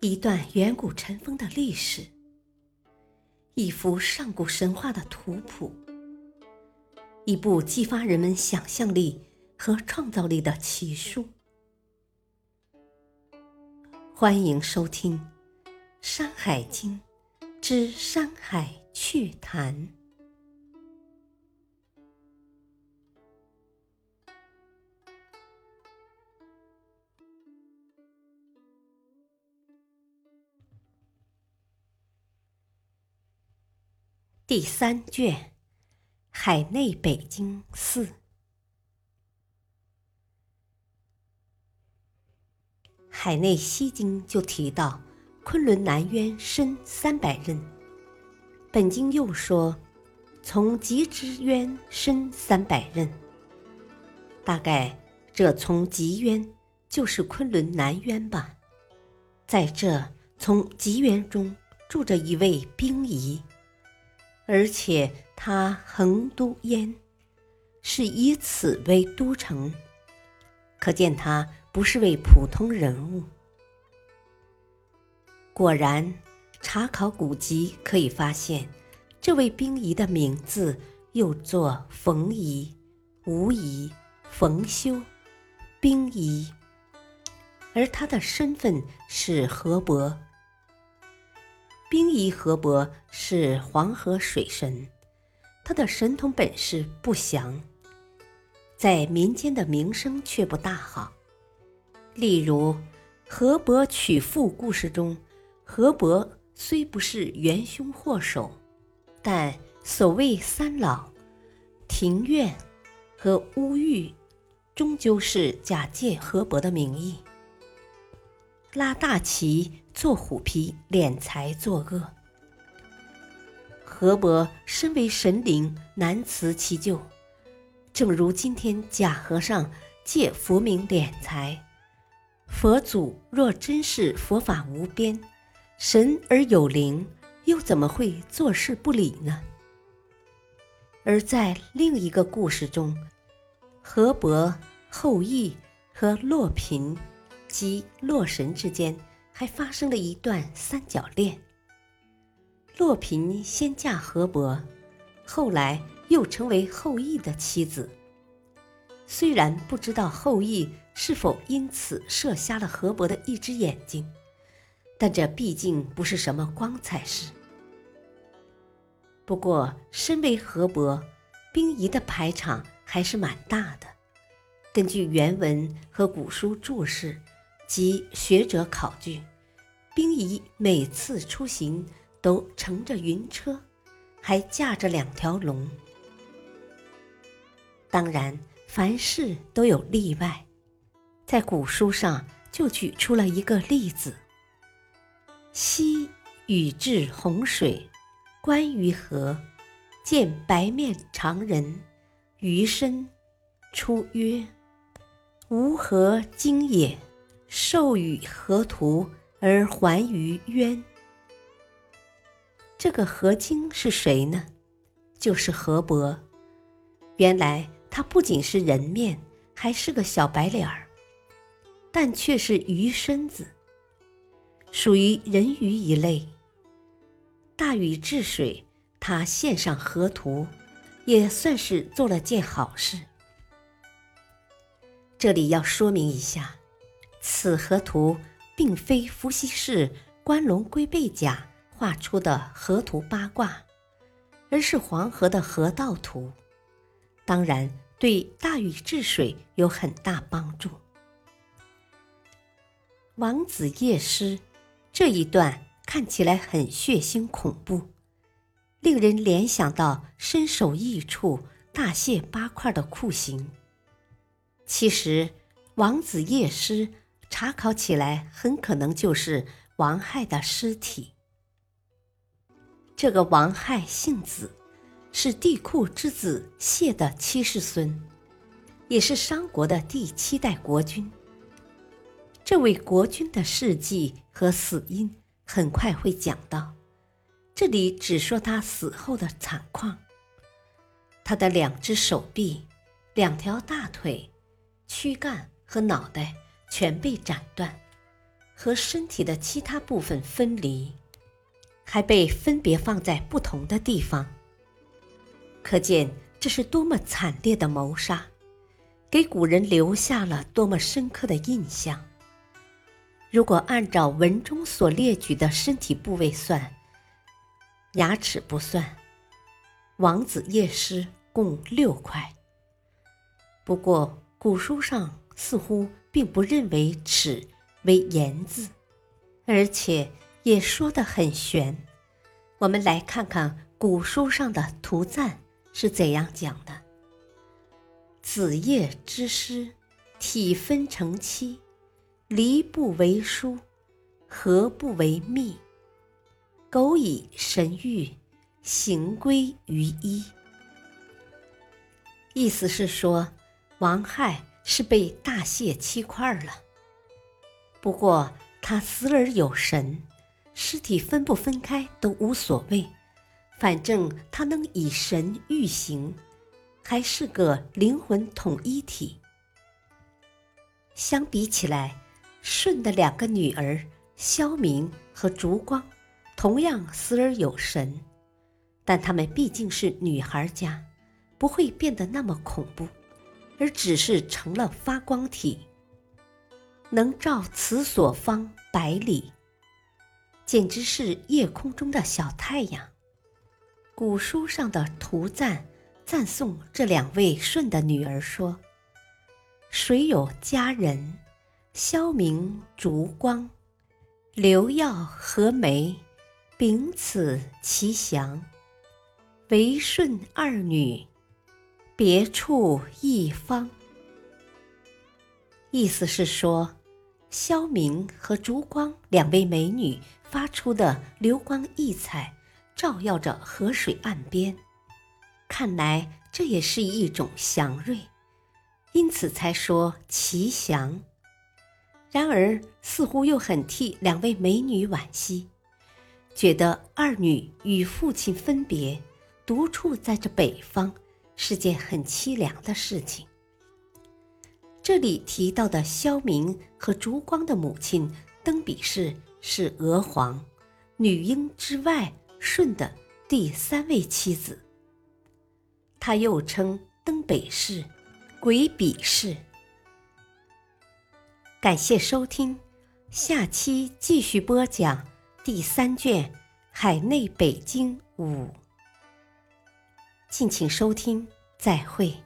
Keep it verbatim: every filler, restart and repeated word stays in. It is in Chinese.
一段远古尘封的历史，一幅上古神话的图谱，一部激发人们想象力和创造力的奇书。欢迎收听《山海经之山海趣谈》。第三卷，海内北经四。海内西经就提到昆仑南渊深三百仞，本经又说从极之渊深三百仞，大概这从极渊就是昆仑南渊吧。在这从极渊中住着一位冰夷，而且他横都燕，是以此为都城，可见他不是位普通人物。果然，查考古籍可以发现，这位冰夷的名字又作冯夷、吴夷、冯修、冰夷，而他的身份是河伯。冰夷河伯是黄河水神，他的神通本事不详，在民间的名声却不大好。例如河伯娶妇故事中，河伯虽不是元凶祸首，但所谓三老、庭院和乌玉终究是假借河伯的名义，拉大旗做虎皮敛财作恶。河伯身为神灵，难辞其咎，正如今天假和尚借佛名敛财，佛祖若真是佛法无边，神而有灵，又怎么会坐视不理呢？而在另一个故事中，河伯、后羿和洛平及洛神之间还发生了一段三角恋。洛平先嫁河伯，后来又成为后羿的妻子。虽然不知道后羿是否因此射瞎了河伯的一只眼睛，但这毕竟不是什么光彩事。不过身为河伯，冰夷的排场还是蛮大的。根据原文和古书注释及学者考据，冰夷每次出行都乘着云车，还驾着两条龙。当然凡事都有例外，在古书上就举出了一个例子：昔禹治洪水，观于河，见白面长人，鱼身，出曰：吾河经也，受与河图而还于渊。这个河精是谁呢？就是河伯。原来他不仅是人面，还是个小白脸儿，但却是鱼身子，属于人鱼一类。大禹治水，他献上河图，也算是做了件好事。这里要说明一下，此河图并非伏羲氏关龙龟背甲画出的河图八卦，而是黄河的河道图，当然对大禹治水有很大帮助。王子夜诗这一段看起来很血腥恐怖，令人联想到身首异处大卸八块的酷刑。其实王子夜诗查考起来很可能就是王亥的尸体。这个王亥姓子，是帝喾之子谢的七世孙，也是商国的第七代国君。这位国君的事迹和死因很快会讲到，这里只说他死后的惨况。他的两只手臂、两条大腿、躯干和脑袋全被斩断， 和身体的其他部分分离，还被分别放在不同的地方。可见这是多么惨烈的谋杀，给古人留下了多么深刻的印象。如果按照文中所列举的身体部位算，牙齿不算，王子夜尸共六块。不过古书上似乎并不认为齿为言字，而且也说得很玄。我们来看看古书上的图赞是怎样讲的：子夜之尸，体分成七，离不为书，合不为密，苟以神喻，形归于一。意思是说，王亥是被大卸七块了。不过他死而有神，尸体分不分开都无所谓，反正他能以神喻形，还是个灵魂统一体。相比起来，舜的两个女儿萧明和烛光同样死而有神，但她们毕竟是女孩家，不会变得那么恐怖，而只是成了发光体，能照此所方百里，简直是夜空中的小太阳。古书上的图赞赞颂这两位舜的女儿说：谁有佳人，萧明烛光，刘曜和眉，秉此其祥，为舜二女，别处一方。意思是说，萧明和烛光两位美女发出的流光溢彩，照耀着河水岸边，看来这也是一种祥瑞，因此才说其祥。然而似乎又很替两位美女惋惜，觉得二女与父亲分别，独处在这北方，是件很凄凉的事情。这里提到的萧明和烛光的母亲登比氏是娥皇，女婴之外舜的第三位妻子，她又称登北氏、癸比氏。感谢收听，下期继续播讲第三卷《海内北经五》，敬请收听，再会。